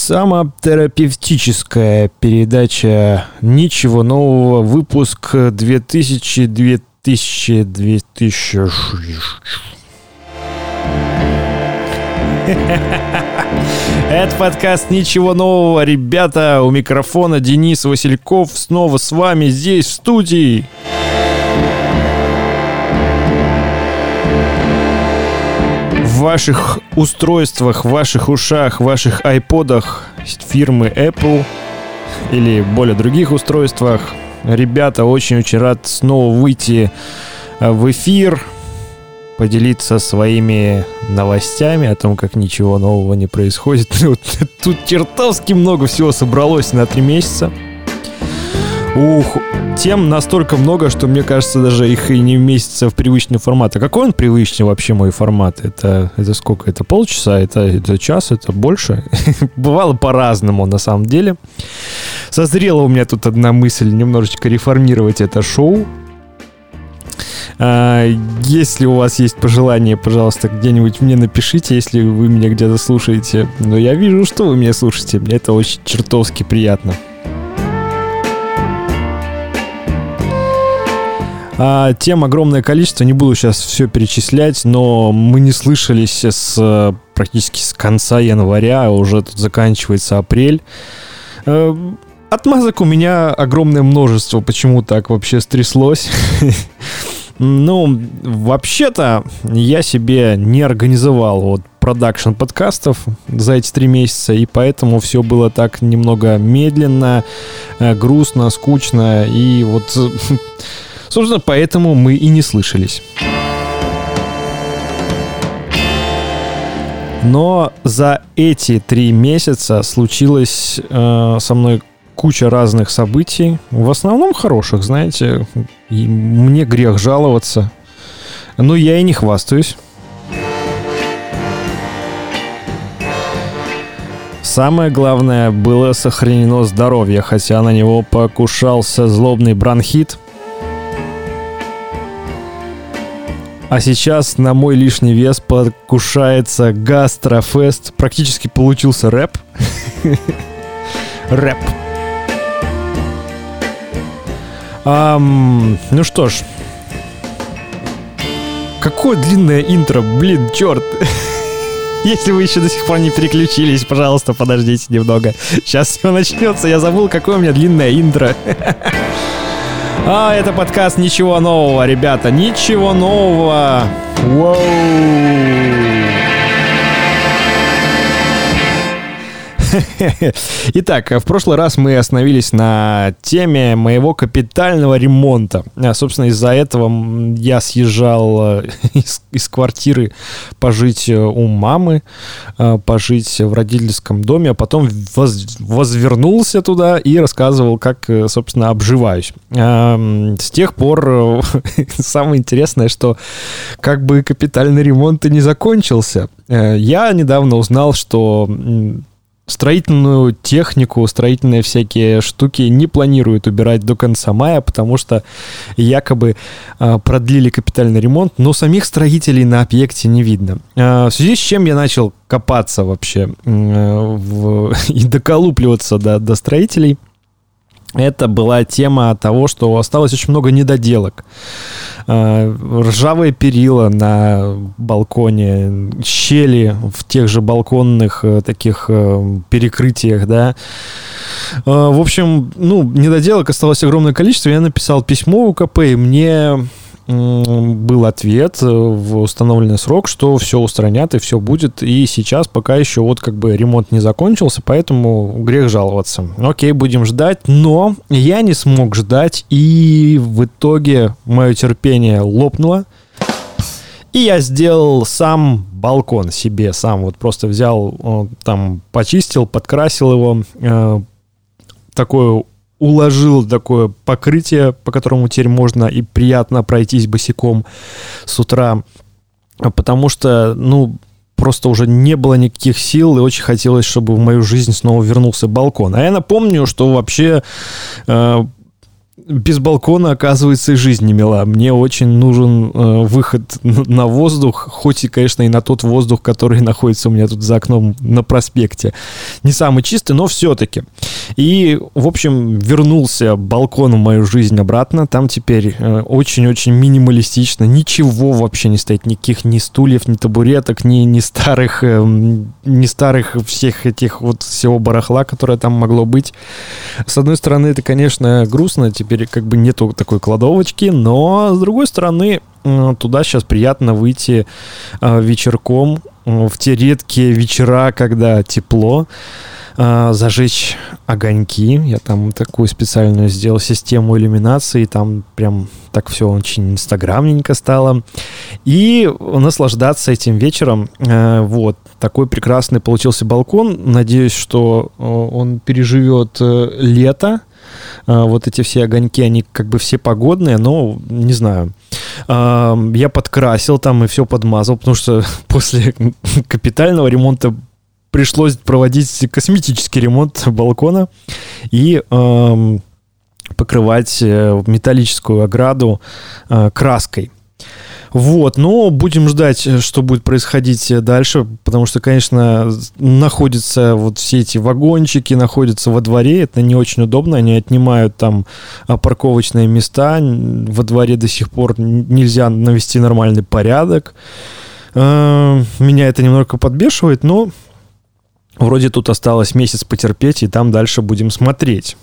Самотерапевтическая передача «Ничего нового», выпуск 2000. Это подкаст «Ничего нового», ребята, у микрофона Денис Васильков снова с вами здесь, в студии. В ваших устройствах, в ваших ушах, в ваших айподах фирмы Apple или более других устройствах. Ребята, очень-очень рад снова выйти в эфир, поделиться своими новостями о том, как ничего нового не происходит. Тут чертовски много всего собралось на 3 месяца. Тем настолько много, что, мне кажется, даже их и не вместится в привычный формат. А какой он привычный вообще мой формат? Это сколько? Это полчаса? Это час? Это больше? Бывало по-разному, на самом деле. Созрела у меня тут одна мысль немножечко реформировать это шоу. Если у вас есть пожелания, пожалуйста, где-нибудь мне напишите, если вы меня где-то слушаете. Но я вижу, что вы меня слушаете. Мне это очень чертовски приятно. Тем огромное количество, не буду сейчас все перечислять, но мы не слышались практически с конца января, уже тут заканчивается апрель. Отмазок у меня огромное множество, почему так вообще стряслось. Ну, вообще-то я себе не организовал продакшн подкастов за эти 3 месяца, и поэтому все было так немного медленно, грустно, скучно, и собственно, поэтому мы и не слышались. Но за эти 3 месяца случилось со мной куча разных событий. В основном хороших, знаете. И мне грех жаловаться. Но я и не хвастаюсь. Самое главное, было сохранено здоровье, хотя на него покушался злобный бронхит. А сейчас на мой лишний вес покушается гастрофест. Практически получился рэп. Рэп. Ну что ж. Какое длинное интро, блин, черт. Если вы еще до сих пор не переключились, пожалуйста, подождите немного. Сейчас все начнется, я забыл, какое у меня длинное интро. Это подкаст «Ничего нового», ребята, ничего нового. Воу. Итак, в прошлый раз мы остановились на теме моего капитального ремонта. Собственно, из-за этого я съезжал из квартиры пожить у мамы, пожить в родительском доме, а потом возвернулся туда и рассказывал, как, собственно, обживаюсь. С тех пор самое интересное, что как бы капитальный ремонт и не закончился. Я недавно узнал, что строительную технику, строительные всякие штуки не планируют убирать до конца мая, потому что якобы продлили капитальный ремонт, но самих строителей на объекте не видно. В связи с чем я начал копаться вообще и доколупливаться до строителей. Это была тема того, что осталось очень много недоделок. Ржавые перила на балконе, щели в тех же балконных таких перекрытиях, да. В общем, недоделок осталось огромное количество. Я написал письмо в УКП, и мне был ответ в установленный срок, что все устранят и все будет. И сейчас пока еще ремонт не закончился, поэтому грех жаловаться. Окей, будем ждать. Но я не смог ждать, и в итоге мое терпение лопнуло. И я сделал сам балкон себе, сам просто взял, почистил, подкрасил его, уложил такое покрытие, по которому теперь можно и приятно пройтись босиком с утра, потому что, просто уже не было никаких сил, и очень хотелось, чтобы в мою жизнь снова вернулся балкон. А я напомню, что вообще без балкона, оказывается, и жизнь не мила. Мне очень нужен выход на воздух, хоть и, конечно, и на тот воздух, который находится у меня тут за окном на проспекте. Не самый чистый, но все-таки. И, в общем, вернулся балкон в мою жизнь обратно. Там теперь очень-очень минималистично. Ничего вообще не стоит. Никаких ни стульев, ни табуреток, ни старых всех этих вот всего барахла, которое там могло быть. С одной стороны, это, конечно, грустно. Теперь как бы нету такой кладовочки. Но, с другой стороны, туда сейчас приятно выйти вечерком в те редкие вечера, когда тепло, зажечь огоньки. Я там такую специальную сделал систему иллюминации. Там прям так все очень инстаграмненько стало. И наслаждаться этим вечером. Вот. Такой прекрасный получился балкон. Надеюсь, что он переживет лето. Вот эти все огоньки, они как бы все погодные, но не знаю. Я подкрасил там и все подмазал, потому что после капитального ремонта пришлось проводить косметический ремонт балкона и покрывать металлическую ограду краской. Вот, но будем ждать, что будет происходить дальше, потому что, конечно, находятся вот все эти вагончики, находятся во дворе, это не очень удобно, они отнимают там парковочные места, во дворе до сих пор нельзя навести нормальный порядок. Меня это немного подбешивает, но вроде тут осталось месяц потерпеть, и там дальше будем смотреть.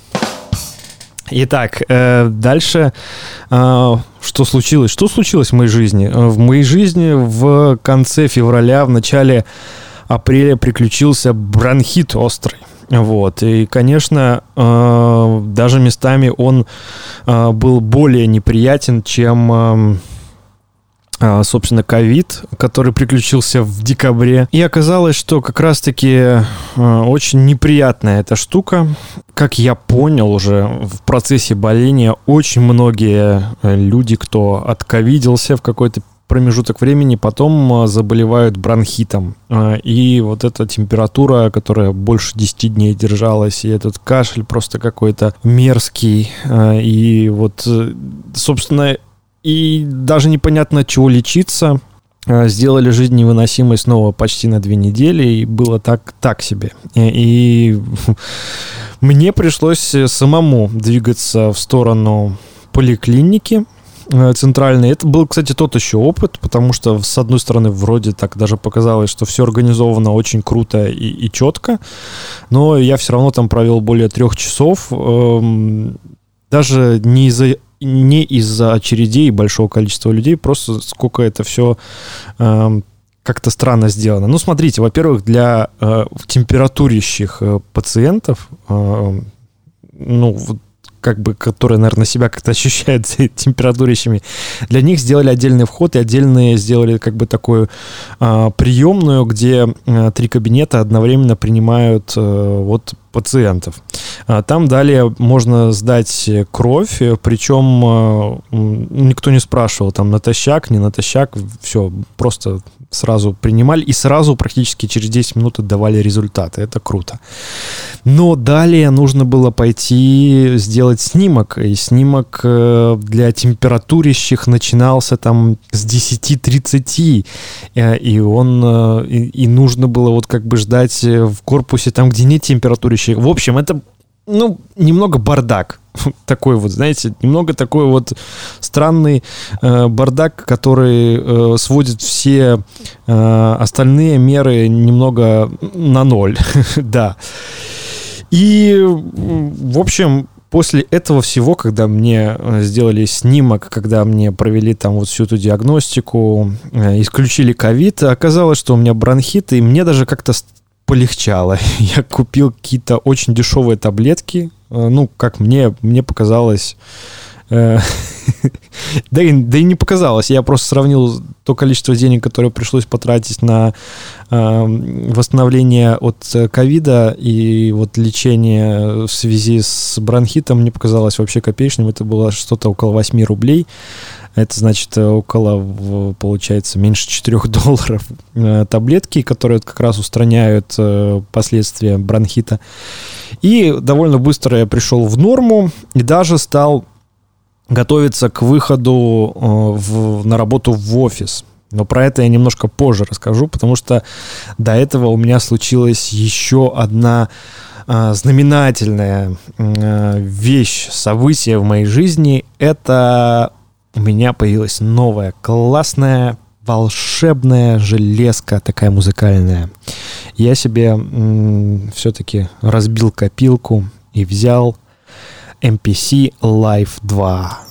Итак, дальше что случилось? Что случилось в моей жизни? В моей жизни в конце февраля, в начале апреля приключился бронхит острый. Вот. И, конечно, даже местами он был более неприятен, чем... собственно, ковид, который приключился в декабре. И оказалось, что как раз-таки очень неприятная эта штука. Как я понял уже в процессе боления, очень многие люди, кто отковидился в какой-то промежуток времени, потом заболевают бронхитом. И вот эта температура, которая больше 10 дней держалась, и этот кашель просто какой-то мерзкий. И вот, собственно, и даже непонятно, от чего лечиться. Сделали жизнь невыносимой снова почти на 2 недели, и было так себе. И мне пришлось самому двигаться в сторону поликлиники центральной. Это был, кстати, тот еще опыт, потому что, с одной стороны, вроде так даже показалось, что все организовано очень круто и четко, но я все равно там провел более 3 часов, даже не из-за очередей и большого количества людей, просто сколько это все как-то странно сделано. Ну, смотрите, во-первых, для температурящих пациентов, как бы, которые, наверное, себя как-то ощущают температурящими, для них сделали отдельный вход и отдельные сделали как бы такую приемную, где 3 кабинета одновременно принимают вот пациентов. Там далее можно сдать кровь, причем никто не спрашивал, там натощак, не натощак, все, просто сразу принимали и сразу практически через 10 минут отдавали результаты. Это круто. Но далее нужно было пойти сделать снимок. И снимок для температурящих начинался там с 10:30. И нужно было вот как бы ждать в корпусе там, где нет температурящих. В общем, это немного бардак. Такой вот, знаете, немного такой вот странный бардак, который сводит все остальные меры немного на ноль. Да. И, в общем, после этого всего, когда мне сделали снимок, когда мне провели там вот всю эту диагностику, исключили ковид, оказалось, что у меня бронхит, и мне даже как-то полегчало. Я купил какие-то очень дешевые таблетки, как мне показалось, да и не показалось. Я просто сравнил то количество денег, которое пришлось потратить на восстановление от ковида и вот лечение в связи с бронхитом. Мне показалось вообще копеечным. Это было что-то около 8 рублей. Это значит около, получается, меньше $4 таблетки, которые как раз устраняют последствия бронхита. И довольно быстро я пришел в норму и даже стал готовится к выходу на работу в офис. Но про это я немножко позже расскажу, потому что до этого у меня случилась еще одна знаменательная вещь, событие в моей жизни. Это у меня появилась новая классная волшебная железка, такая музыкальная. Я себе все-таки разбил копилку и взял MPC Live 2.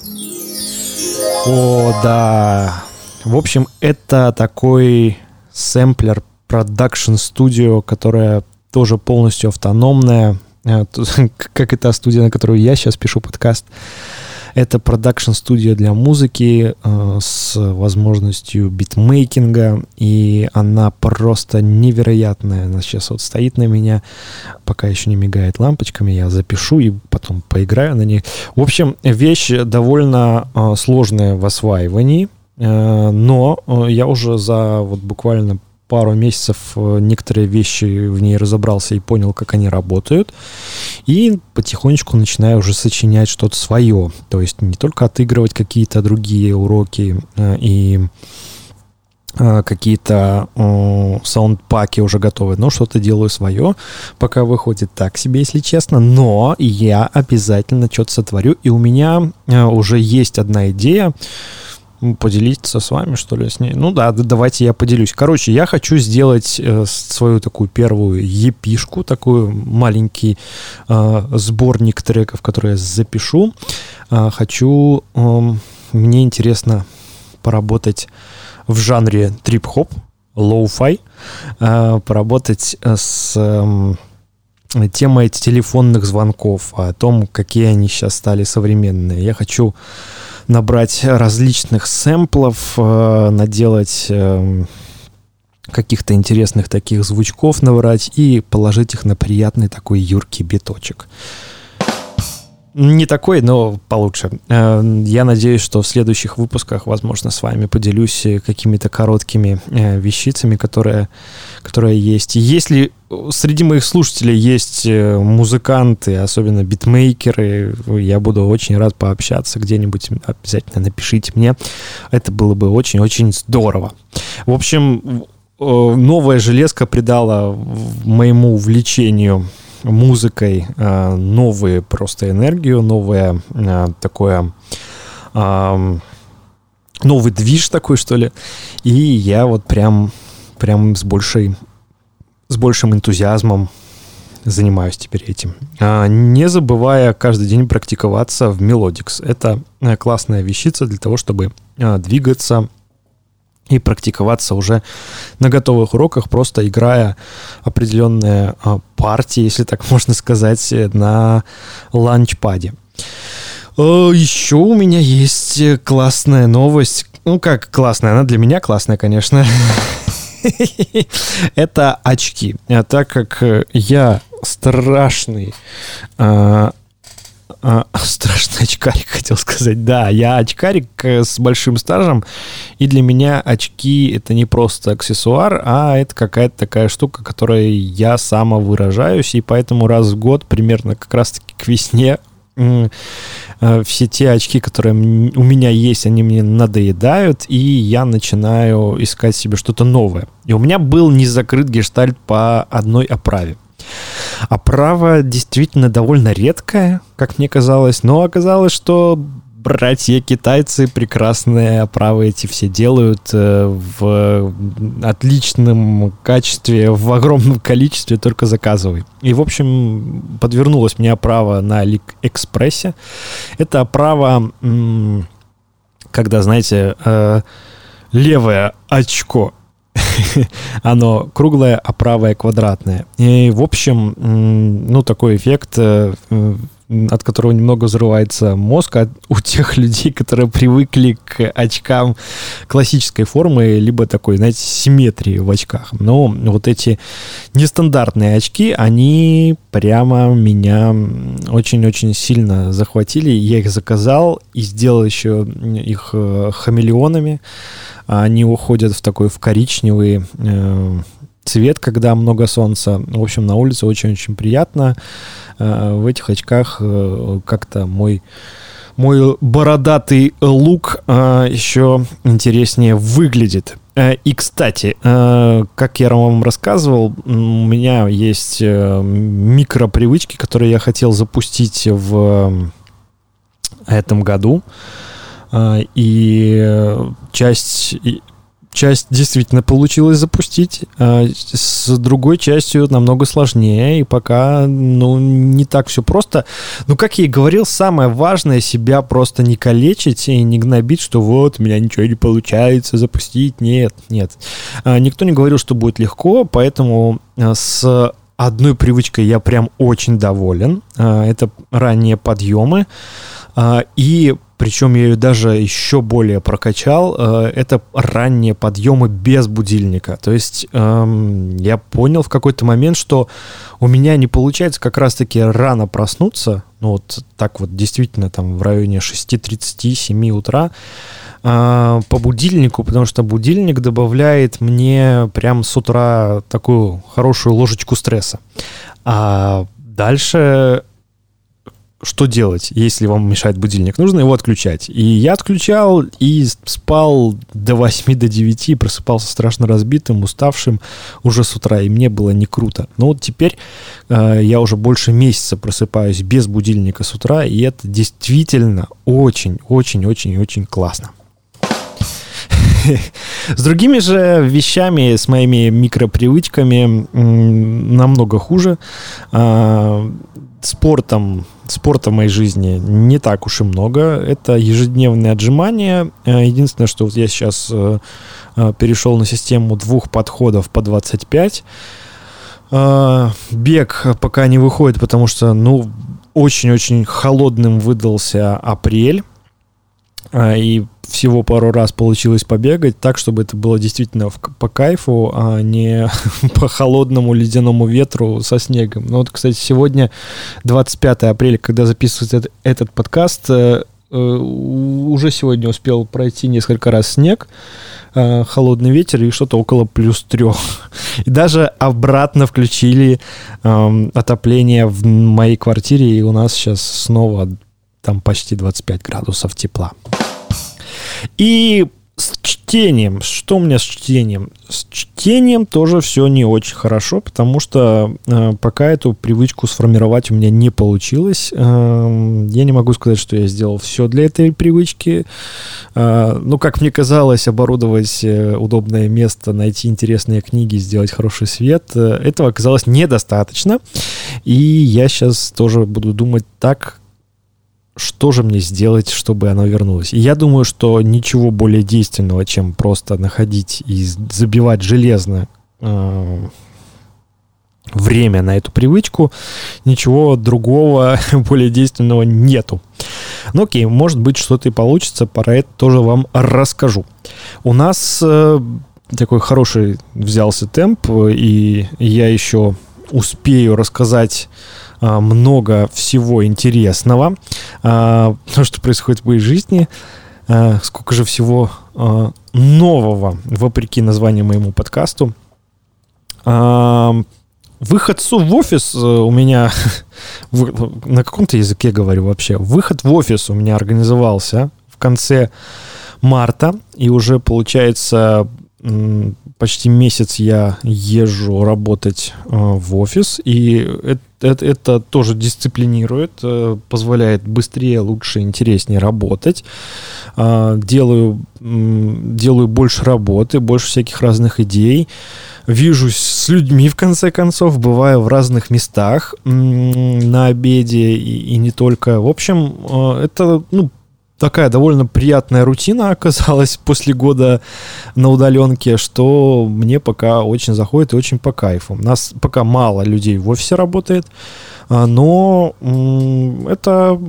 О, да. В общем, это такой сэмплер Production Studio, которая тоже полностью автономная, как и та студия, на которую я сейчас пишу подкаст. Это Production Studio для музыки с возможностью битмейкинга, и она просто невероятная. Она сейчас вот стоит на меня, пока еще не мигает лампочками, я запишу и потом поиграю на ней. В общем, вещь довольно сложная в осваивании, но я уже за вот буквально пару месяцев некоторые вещи в ней разобрался и понял, как они работают. И потихонечку начинаю уже сочинять что-то свое. То есть не только отыгрывать какие-то другие уроки и какие-то саундпаки уже готовы, но что-то делаю свое. Пока выходит так себе, если честно. Но я обязательно что-то сотворю. И у меня уже есть одна идея. Поделиться с вами, что ли, с ней? Ну да, давайте я поделюсь. Короче, я хочу сделать свою такую первую EP-шку, такой маленький сборник треков, которые я запишу. Мне интересно поработать в жанре трип-хоп, лоу-фай, поработать с темой телефонных звонков, о том, какие они сейчас стали современные. Я хочу набрать различных сэмплов, наделать каких-то интересных таких звучков, набрать и положить их на приятный такой юркий биточек. Не такой, но получше. Я надеюсь, что в следующих выпусках, возможно, с вами поделюсь какими-то короткими вещицами, которые есть. И если среди моих слушателей есть музыканты, особенно битмейкеры, я буду очень рад пообщаться где-нибудь. Обязательно напишите мне. Это было бы очень-очень здорово. В общем, новая железка придала моему увлечению музыкой новую просто энергию, новое такое новый движ такой, что ли. И я вот прям с большим энтузиазмом занимаюсь теперь этим. Не забывая каждый день практиковаться в Melodics. Это классная вещица для того, чтобы двигаться и практиковаться уже на готовых уроках, просто играя определенные партии, если так можно сказать, на ланчпаде. Еще у меня есть классная новость. Ну, как классная? Она для меня классная, конечно. Это очки. Так как я страшный очкарик, хотел сказать. Да, я очкарик с большим стажем, и для меня очки — это не просто аксессуар, а это какая-то такая штука, которой я самовыражаюсь, и поэтому раз в год, примерно как раз-таки к весне, все те очки, которые у меня есть, они мне надоедают, и я начинаю искать себе что-то новое. И у меня был не закрыт гештальт по одной оправе. Оправа действительно довольно редкая, как мне казалось, но оказалось, что братья-китайцы прекрасные оправы эти все делают в отличном качестве, в огромном количестве, только заказывай. И, в общем, подвернулась мне оправа на Алиэкспрессе. Это оправа, когда, знаете, левое очко, оно круглое, а правое квадратное. И, в общем, ну, такой эффект, от которого немного взрывается мозг у тех людей, которые привыкли к очкам классической формы, либо такой, знаете, симметрии в очках. Но вот эти нестандартные очки, они прямо меня очень-очень сильно захватили. Я их заказал и сделал еще их хамелеонами. Они уходят в коричневый цвет, когда много солнца. В общем, на улице очень-очень приятно. В этих очках как-то мой мой бородатый лук еще интереснее выглядит. И, кстати, как я вам рассказывал, у меня есть микропривычки, которые я хотел запустить в этом году. И часть действительно получилось запустить, с другой частью намного сложнее, и пока, не так все просто. Как я и говорил, самое важное — себя просто не калечить и не гнобить, что вот, у меня ничего не получается запустить. Нет. Никто не говорил, что будет легко, поэтому с одной привычкой я прям очень доволен. Это ранние подъемы. И причем я ее даже еще более прокачал. Это ранние подъемы без будильника. То есть я понял в какой-то момент, что у меня не получается как раз-таки рано проснуться. Так вот действительно там в районе 6:30, 7 утра по будильнику, потому что будильник добавляет мне прям с утра такую хорошую ложечку стресса. А дальше... Что делать, если вам мешает будильник? Нужно его отключать. И я отключал и спал до 8, до 9, и просыпался страшно разбитым, уставшим уже с утра, и мне было не круто. Но вот теперь я уже больше месяца просыпаюсь без будильника с утра, и это действительно очень классно. С другими же вещами, с моими микропривычками намного хуже. Спорта в моей жизни не так уж и много. Это ежедневные отжимания. Единственное, что вот я сейчас перешел на систему 2 подходов по 25. Бег пока не выходит, потому что, очень-очень холодным выдался апрель. И всего пару раз получилось побегать так, чтобы это было действительно по кайфу, а не по холодному ледяному ветру со снегом. Кстати, сегодня 25 апреля, когда записывается этот подкаст, уже сегодня успел пройти несколько раз снег, холодный ветер и что-то около +3. И даже обратно включили отопление в моей квартире, и у нас сейчас снова там почти 25 градусов тепла. И с чтением. Что у меня с чтением? С чтением тоже все не очень хорошо, потому что пока эту привычку сформировать у меня не получилось. Я не могу сказать, что я сделал все для этой привычки. Как мне казалось, оборудовать удобное место, найти интересные книги, сделать хороший свет, этого оказалось недостаточно. И я сейчас тоже буду думать так, что же мне сделать, чтобы оно вернулось. И я думаю, что ничего более действенного, чем просто находить и забивать железно время на эту привычку, ничего другого более действенного нету. Окей, может быть, что-то и получится, про это тоже вам расскажу. У нас такой хороший взялся темп, и я еще успею рассказать много всего интересного, что происходит в моей жизни, сколько же всего нового, вопреки названию моему подкасту. Выход в офис у меня, на каком-то языке говорю вообще, выход в офис у меня организовался в конце марта, и уже получается... Почти месяц я езжу работать в офис, и это тоже дисциплинирует, позволяет быстрее, лучше, интереснее работать. Делаю больше работы, больше всяких разных идей. Вижусь с людьми, в конце концов, бываю в разных местах на обеде и не только. В общем, это, такая довольно приятная рутина оказалась после года на удаленке, что мне пока очень заходит и очень по кайфу. У нас пока мало людей в офисе работает, но это...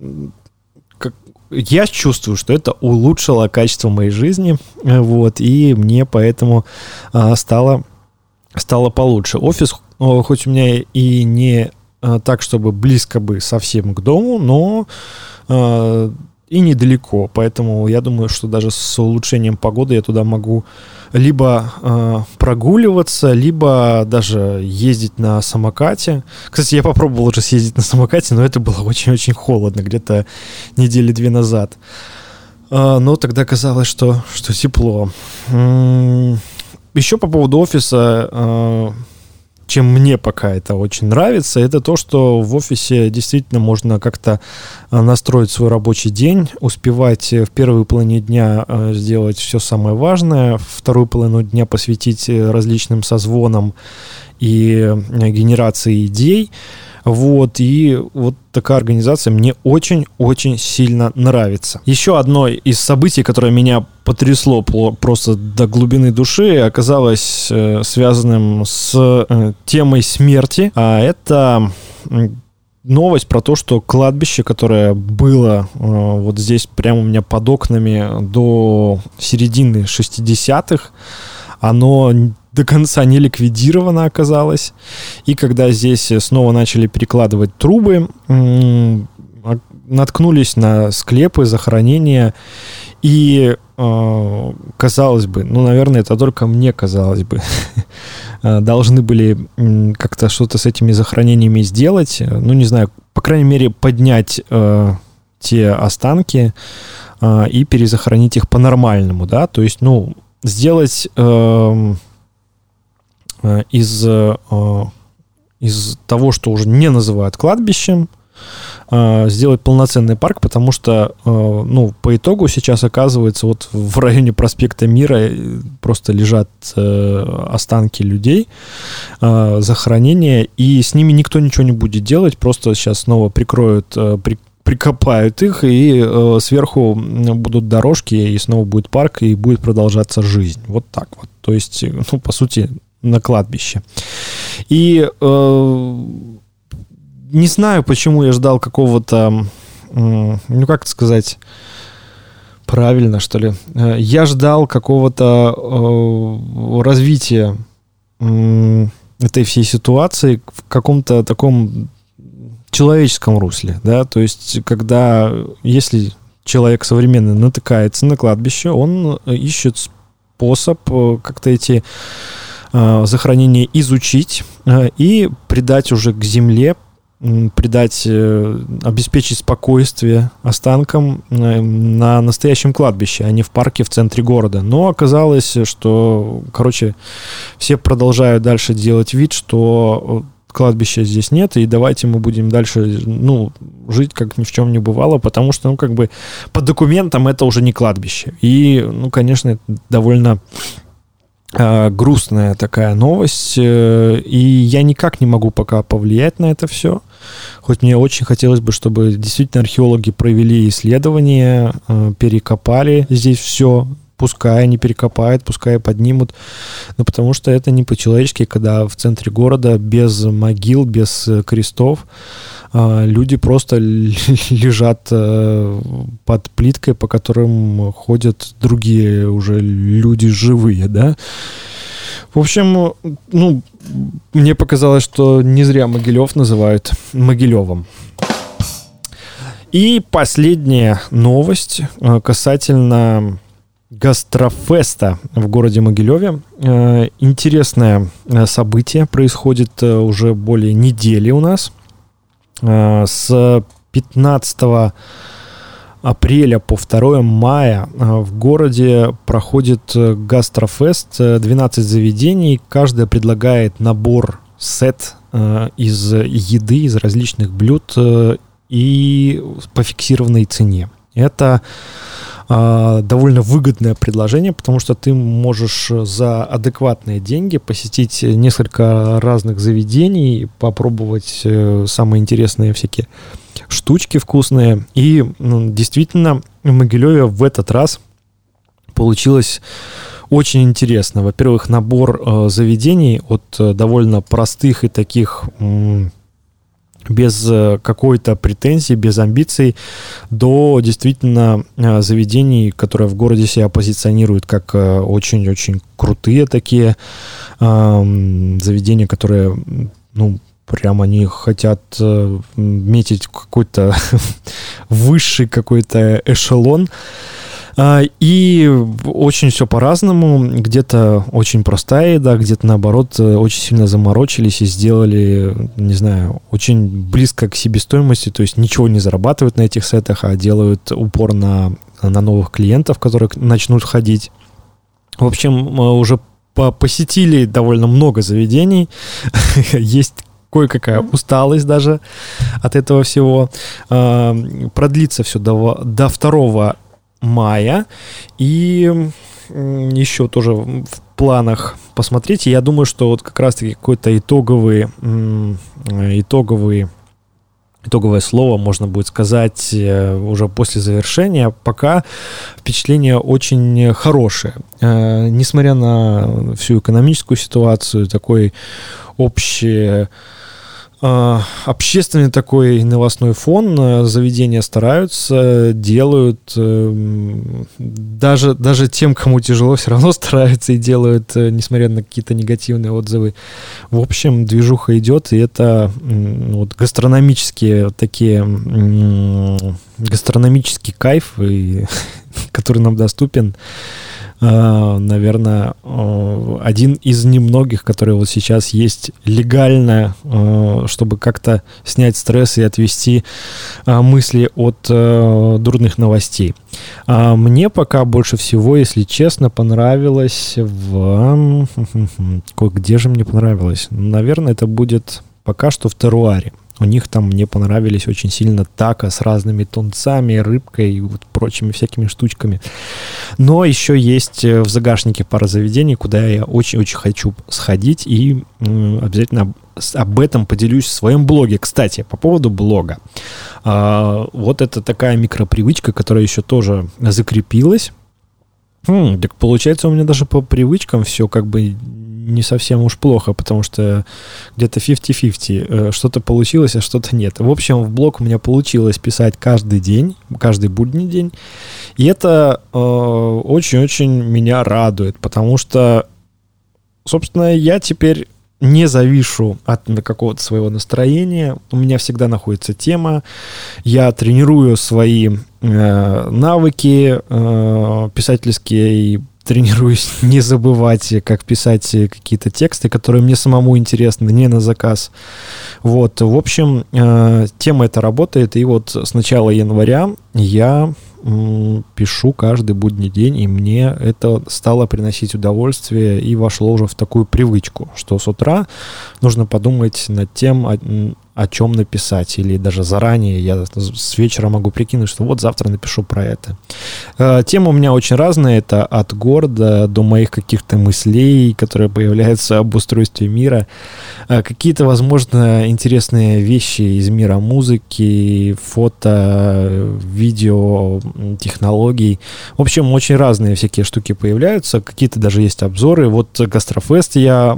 Я чувствую, что это улучшило качество моей жизни, и мне поэтому стало получше. Офис, хоть у меня и не так, чтобы близко бы совсем к дому, но... и недалеко. Поэтому я думаю, что даже с улучшением погоды я туда могу либо прогуливаться, либо даже ездить на самокате. Кстати, я попробовал уже съездить на самокате, но это было очень-очень холодно, где-то недели 2 назад. Но тогда казалось, что тепло. Еще по поводу офиса, чем мне пока это очень нравится, это то, что в офисе действительно можно как-то настроить свой рабочий день, успевать в первой половине дня сделать все самое важное, вторую половину дня посвятить различным созвонам и генерации идей. Вот, и вот такая организация мне очень-очень сильно нравится. Еще одно из событий, которое меня потрясло просто до глубины души, оказалось связанным с темой смерти. А это новость про то, что кладбище, которое было вот здесь прямо у меня под окнами до середины 60-х, оно до конца не ликвидировано оказалось. И когда здесь снова начали перекладывать трубы, наткнулись на склепы, захоронения. И, казалось бы, наверное, это только мне казалось бы, должны были как-то что-то с этими захоронениями сделать. Не знаю, по крайней мере, поднять те останки и перезахоронить их по-нормальному, да, то есть, сделать из того, что уже не называют кладбищем, сделать полноценный парк, потому что, по итогу сейчас оказывается, вот в районе проспекта Мира просто лежат останки людей, захоронения, и с ними никто ничего не будет делать, просто сейчас снова прикопают их, и сверху будут дорожки, и снова будет парк, и будет продолжаться жизнь. Вот так вот. То есть, по сути, на кладбище. И не знаю, почему я ждал какого-то, как это сказать правильно, что ли. Я ждал какого-то развития этой всей ситуации в каком-то таком человеческом русле, да, то есть, если человек современный натыкается на кладбище, он ищет способ как-то эти захоронения изучить и придать уже к земле, обеспечить спокойствие останкам на настоящем кладбище, а не в парке в центре города. Но оказалось, что, все продолжают дальше делать вид, что кладбища здесь нет, и давайте мы будем дальше, жить, как ни в чем не бывало, потому что, по документам это уже не кладбище. И, конечно, это довольно грустная такая новость, и я никак не могу пока повлиять на это все, хоть мне очень хотелось бы, чтобы действительно археологи провели исследования, перекопали здесь все, пускай они перекопают, пускай поднимут, потому что это не по-человечески, когда в центре города без могил, без крестов люди просто лежат под плиткой, по которым ходят другие уже люди живые, да. В общем, мне показалось, что не зря Могилев называют Могилевом. И последняя новость касательно гастрофеста в городе Могилеве. Интересное событие происходит уже более недели у нас. С 15 апреля по 2 мая в городе проходит гастрофест. 12 заведений. Каждое предлагает сет из еды, из различных блюд и по фиксированной цене. Это довольно выгодное предложение, потому что ты можешь за адекватные деньги посетить несколько разных заведений, попробовать самые интересные всякие штучки вкусные. И действительно, в Могилеве в этот раз получилось очень интересно. Во-первых, набор заведений от довольно простых и таких без какой-то претензии, без амбиций, до действительно заведений, которые в городе себя позиционируют как очень-очень крутые такие заведения, которые, прям они хотят метить какой-то высший какой-то эшелон. И очень все по-разному. Где-то очень простая еда, где-то, наоборот, очень сильно заморочились и сделали, не знаю, очень близко к себестоимости. То есть ничего не зарабатывают на этих сетах, а делают упор на новых клиентов, которые начнут ходить. В общем, уже посетили довольно много заведений. Есть кое-какая усталость даже от этого всего. Продлится все до 2 мая. И еще тоже в планах посмотреть. Я думаю, что вот как раз-таки какое-то итоговое слово можно будет сказать уже после завершения. Пока впечатление очень хорошее. Несмотря на всю экономическую ситуацию, такой общественный такой новостной фон, заведения стараются, делают, даже тем, кому тяжело, все равно стараются и делают, несмотря на какие-то негативные отзывы. В общем, движуха идет, и это вот гастрономический кайф, который нам доступен. Наверное, один из немногих, которые вот сейчас есть легально, чтобы как-то снять стресс и отвести мысли от дурных новостей. Мне пока больше всего, если честно, понравилось Где же мне понравилось? Наверное, это будет пока что в Теруаре. У них там мне понравились очень сильно тако с разными тунцами, рыбкой и вот прочими всякими штучками. Но еще есть в загашнике пара заведений, куда я очень-очень хочу сходить, и обязательно об этом поделюсь в своем блоге. Кстати, по поводу блога. Вот это такая микропривычка, которая еще тоже закрепилась. Так получается, у меня даже по привычкам все как бы не совсем уж плохо, потому что где-то 50-50. Что-то получилось, а что-то нет. В общем, в блог у меня получилось писать каждый день, каждый будний день. И это очень-очень меня радует, потому что, собственно, я теперь не завишу от какого-то своего настроения. У меня всегда находится тема. Я тренирую свои навыки писательские и тренируюсь не забывать, как писать какие-то тексты, которые мне самому интересны, не на заказ. Вот, в общем, тема эта работает, и вот с начала января я пишу каждый будний день, и мне это стало приносить удовольствие и вошло уже в такую привычку, что с утра нужно подумать над тем, о чем написать, или даже заранее я с вечера могу прикинуть, что вот завтра напишу про это. Темы у меня очень разные, это от города до моих каких-то мыслей, которые появляются об устройстве мира, какие-то, возможно, интересные вещи из мира музыки, фото, видео, технологий. В общем, очень разные всякие штуки появляются, какие-то даже есть обзоры. Вот Гастрофест я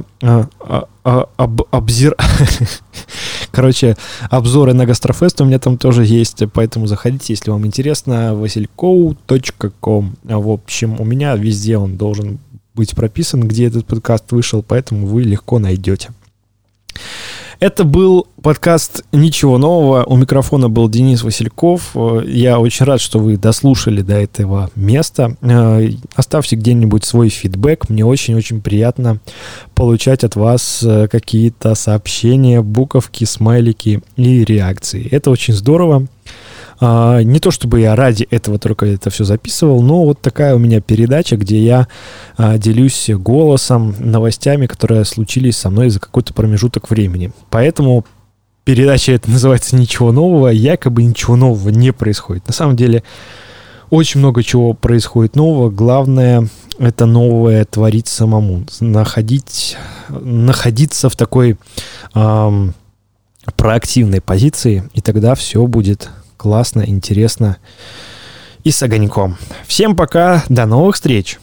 обзоры на Гастрофест у меня там тоже есть, поэтому заходите, если вам интересно, vasilkov.com. В общем, у меня везде он должен быть прописан, где этот подкаст вышел, поэтому вы легко найдете. Это был подкаст «Ничего нового». У микрофона был Денис Васильков. Я очень рад, что вы дослушали до этого места. Оставьте где-нибудь свой фидбэк. Мне очень-очень приятно получать от вас какие-то сообщения, буковки, смайлики и реакции. Это очень здорово. Не то чтобы я ради этого только это все записывал, но вот такая у меня передача, где я делюсь голосом, новостями, которые случились со мной за какой-то промежуток времени. Поэтому передача эта называется «Ничего нового», якобы ничего нового не происходит. На самом деле очень много чего происходит нового. Главное — это новое творить самому. Находиться в такой проактивной позиции, и тогда все будет классно, интересно и с огоньком. Всем пока, до новых встреч!